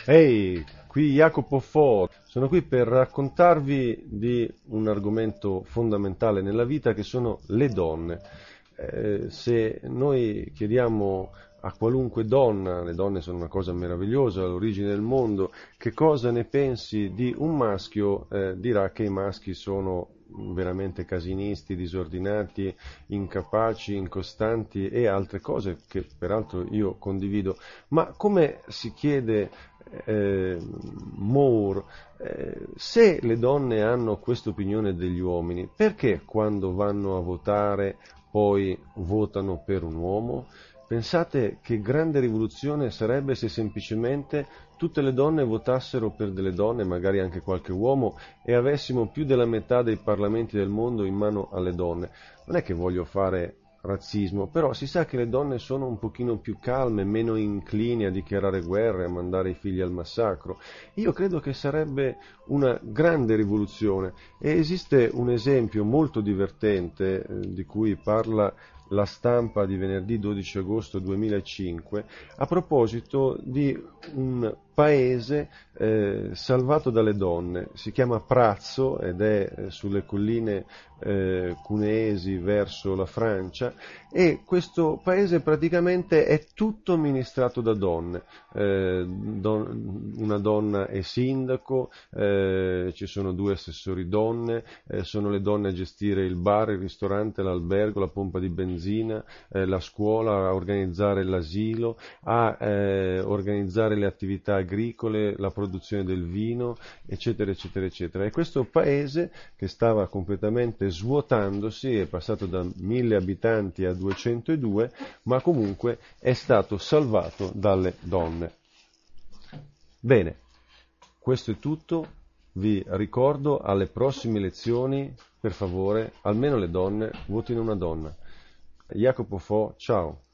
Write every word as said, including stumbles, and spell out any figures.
Ehi, qui Jacopo Fo, sono qui per raccontarvi di un argomento fondamentale nella vita che sono le donne. Eh, se noi chiediamo a qualunque donna, le donne sono una cosa meravigliosa, all'origine del mondo, che cosa ne pensi di un maschio, eh, dirà che i maschi sono veramente casinisti, disordinati, incapaci, incostanti e altre cose che peraltro io condivido. Ma come si chiede eh, Moore, eh, se le donne hanno questa opinione degli uomini, perché quando vanno a votare poi votano per un uomo? Pensate che grande rivoluzione sarebbe se semplicemente tutte le donne votassero per delle donne, magari anche qualche uomo, e avessimo più della metà dei parlamenti del mondo in mano alle donne. Non è che voglio fare razzismo, però si sa che le donne sono un pochino più calme, meno inclini a dichiarare guerre, a mandare i figli al massacro. Io credo che sarebbe una grande rivoluzione e esiste un esempio molto divertente eh, di cui parla la stampa di venerdì dodici agosto duemilacinque a proposito di un paese eh, salvato dalle donne. Si chiama Prazzo ed è eh, sulle colline eh, cuneesi verso la Francia, e questo paese praticamente è tutto amministrato da donne. Eh, don- una donna è sindaco, eh, ci sono due assessori donne, eh, sono le donne a gestire il bar, il ristorante, l'albergo, la pompa di benzina, eh, la scuola, a organizzare l'asilo, a eh, organizzare le attività agricole, la produzione del vino, eccetera, eccetera, eccetera. E questo paese, che stava completamente svuotandosi, è passato da mille abitanti a duecentodue, ma comunque è stato salvato dalle donne. Bene, questo è tutto. Vi ricordo alle prossime elezioni, per favore, almeno le donne, votino una donna. Jacopo Fo, ciao.